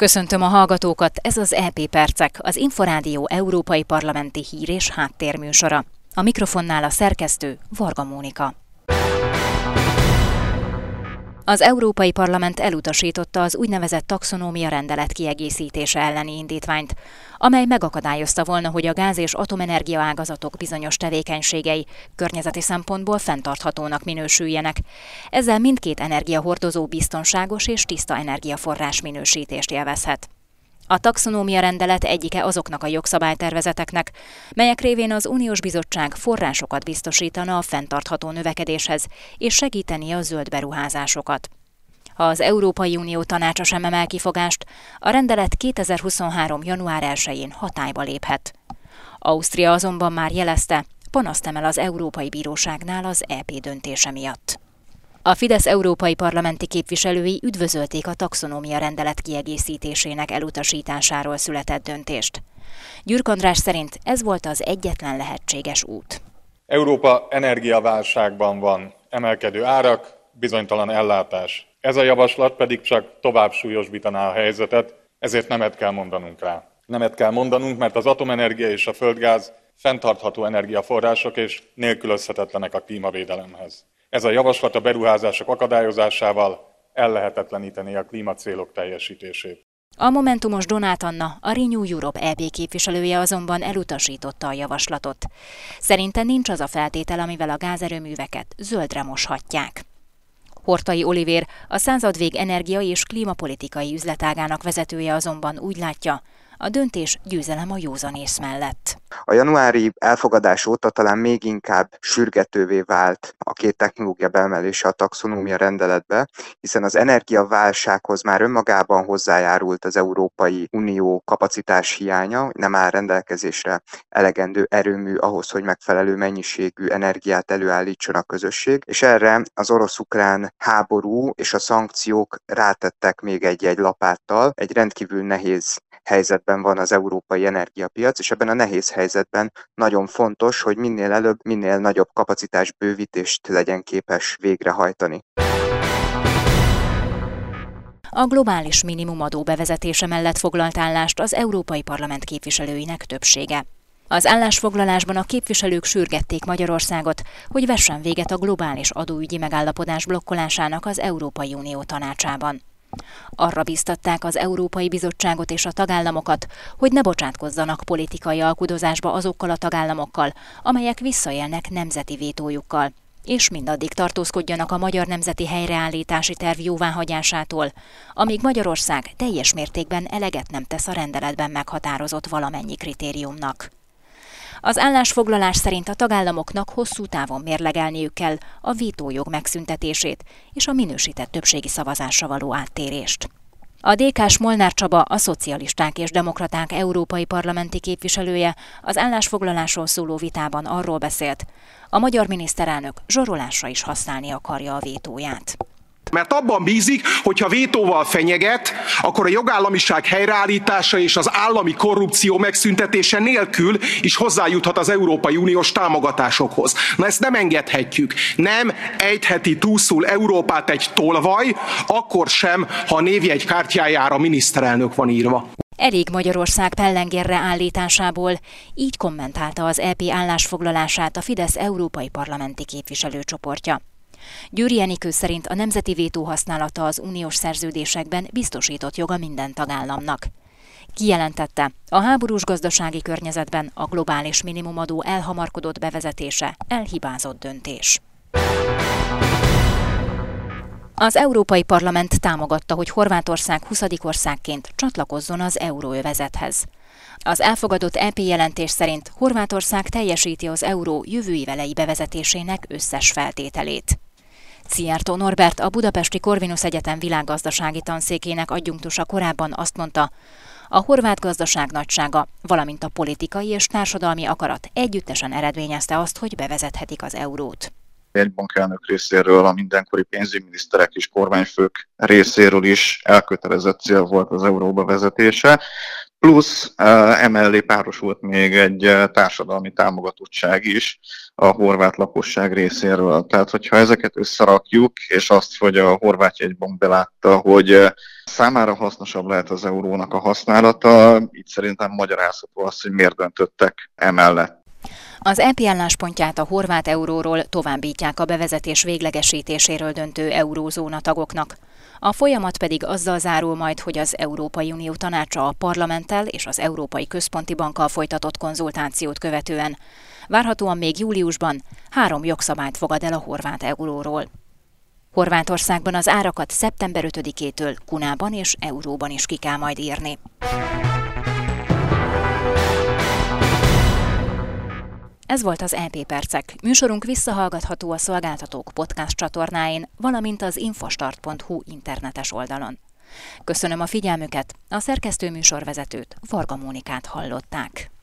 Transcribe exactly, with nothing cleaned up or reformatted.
Köszöntöm a hallgatókat, ez az é pé Percek, az Inforádió európai parlamenti hír- és háttérműsora. A mikrofonnál a szerkesztő Varga Mónika. Az Európai Parlament elutasította az úgynevezett taxonómia rendelet kiegészítése elleni indítványt, amely megakadályozta volna, hogy a gáz- és atomenergia ágazatok bizonyos tevékenységei környezeti szempontból fenntarthatónak minősüljenek. Ezzel mindkét energiahordozó biztonságos és tiszta energiaforrás minősítést élvezhet. A taxonómia rendelet egyike azoknak a jogszabálytervezeteknek, melyek révén az Uniós Bizottság forrásokat biztosítana a fenntartható növekedéshez és segíteni a zöld beruházásokat. Ha az Európai Unió Tanácsa sem emel kifogást, a rendelet kétezer-huszonhárom. január elsején hatályba léphet. Ausztria azonban már jelezte, panaszt emel az Európai Bíróságnál az é pé döntése miatt. A Fidesz európai parlamenti képviselői üdvözölték a taxonómia rendelet kiegészítésének elutasításáról született döntést. Gyürk András szerint ez volt az egyetlen lehetséges út. Európa energiaválságban van, emelkedő árak, bizonytalan ellátás. Ez a javaslat pedig csak tovább súlyosbítaná a helyzetet, ezért nemet kell mondanunk rá. Nemet kell mondanunk, mert az atomenergia és a földgáz fenntartható energiaforrások és nélkülözhetetlenek a klímavédelemhez. Ez a javaslat a beruházások akadályozásával ellehetetlenítené a klímacélok teljesítését. A Momentumos Donát Anna, a Renew Europe é pé képviselője azonban elutasította a javaslatot. Szerinte nincs az a feltétel, amivel a gázerőműveket zöldre moshatják. Horthy Olivér, a századvég energia- és klímapolitikai üzletágának vezetője azonban úgy látja, a döntés győzelem a józanész mellett. A januári elfogadás óta talán még inkább sürgetővé vált a két technológia beemelése a taxonómia rendeletbe, hiszen az energiaválsághoz már önmagában hozzájárult az Európai Unió kapacitás hiánya, nem áll rendelkezésre elegendő erőmű ahhoz, hogy megfelelő mennyiségű energiát előállítson a közösség, és erre az orosz-ukrán háború és a szankciók rátettek még egy-egy lapáttal, egy rendkívül nehéz helyzetben van az európai energiapiac, és ebben a nehéz helyzetben nagyon fontos, hogy minél előbb, minél nagyobb kapacitásbővítést legyen képes végrehajtani. A globális minimumadó bevezetése mellett foglalt állást az Európai Parlament képviselőinek többsége. Az állásfoglalásban a képviselők sürgették Magyarországot, hogy vessen véget a globális adóügyi megállapodás blokkolásának az Európai Unió Tanácsában. Arra bíztatták az Európai Bizottságot és a tagállamokat, hogy ne bocsátkozzanak politikai alkudozásba azokkal a tagállamokkal, amelyek visszaélnek nemzeti vétójukkal, és mindaddig tartózkodjanak a magyar nemzeti helyreállítási terv jóváhagyásától, amíg Magyarország teljes mértékben eleget nem tesz a rendeletben meghatározott valamennyi kritériumnak. Az állásfoglalás szerint a tagállamoknak hosszú távon mérlegelniük kell a vétójog megszüntetését és a minősített többségi szavazásra való áttérést. A dé ká-s Molnár Csaba, a Szocialisták és Demokraták európai parlamenti képviselője az állásfoglalásról szóló vitában arról beszélt, a magyar miniszterelnök zsarolásra is használni akarja a vétóját. Mert abban bízik, hogyha vétóval fenyeget, akkor a jogállamiság helyreállítása és az állami korrupció megszüntetése nélkül is hozzájuthat az Európai Uniós támogatásokhoz. Na ezt nem engedhetjük. Nem ejtheti túlszul Európát egy tolvaj, akkor sem, ha a névjegy kártyájára miniszterelnök van írva. Elég Magyarország pellengérre állításából, így kommentálta az é pé állásfoglalását a Fidesz európai parlamenti képviselőcsoportja. Győri Enikő szerint a nemzeti vétó használata az uniós szerződésekben biztosított joga minden tagállamnak. Kijelentette, a háborús gazdasági környezetben a globális minimumadó elhamarkodott bevezetése elhibázott döntés. Az Európai Parlament támogatta, hogy Horvátország huszadik országként csatlakozzon az euróövezethez. Az elfogadott é pé jelentés szerint Horvátország teljesíti az euró jövő évelei bevezetésének összes feltételét. Szijjártó Norbert, a Budapesti Corvinus Egyetem világgazdasági tanszékének adjunktusa korábban azt mondta, a horvát gazdaság nagysága, valamint a politikai és társadalmi akarat együttesen eredményezte azt, hogy bevezethetik az eurót. Egy bankelnök részéről, a mindenkori pénzügyminiszterek és kormányfők részéről is elkötelezett cél volt az euróba vezetése. Plusz emellé párosult még egy társadalmi támogatottság is a horvát lakosság részéről. Tehát, hogyha ezeket összerakjuk, és azt, hogy a horvát jegybank belátta, hogy számára hasznosabb lehet az eurónak a használata, így szerintem magyarázható az, hogy miért döntöttek emellett. Az é pé álláspontját a horvát euróról továbbítják a bevezetés véglegesítéséről döntő eurózóna tagoknak. A folyamat pedig azzal zárul majd, hogy az Európai Unió Tanácsa a Parlamenttel és az Európai Központi Bankkal folytatott konzultációt követően várhatóan még júliusban három jogszabályt fogad el a horvát euróról. Horvátországban az árakat szeptember ötödikétől kunában és euróban is ki kell majd írni. Ez volt az é pé Percek. Műsorunk visszahallgatható a szolgáltatók podcast csatornáin, valamint az infostart pont hu internetes oldalon. Köszönöm a figyelmüket, a szerkesztő műsorvezetőt, Varga Mónikát hallották.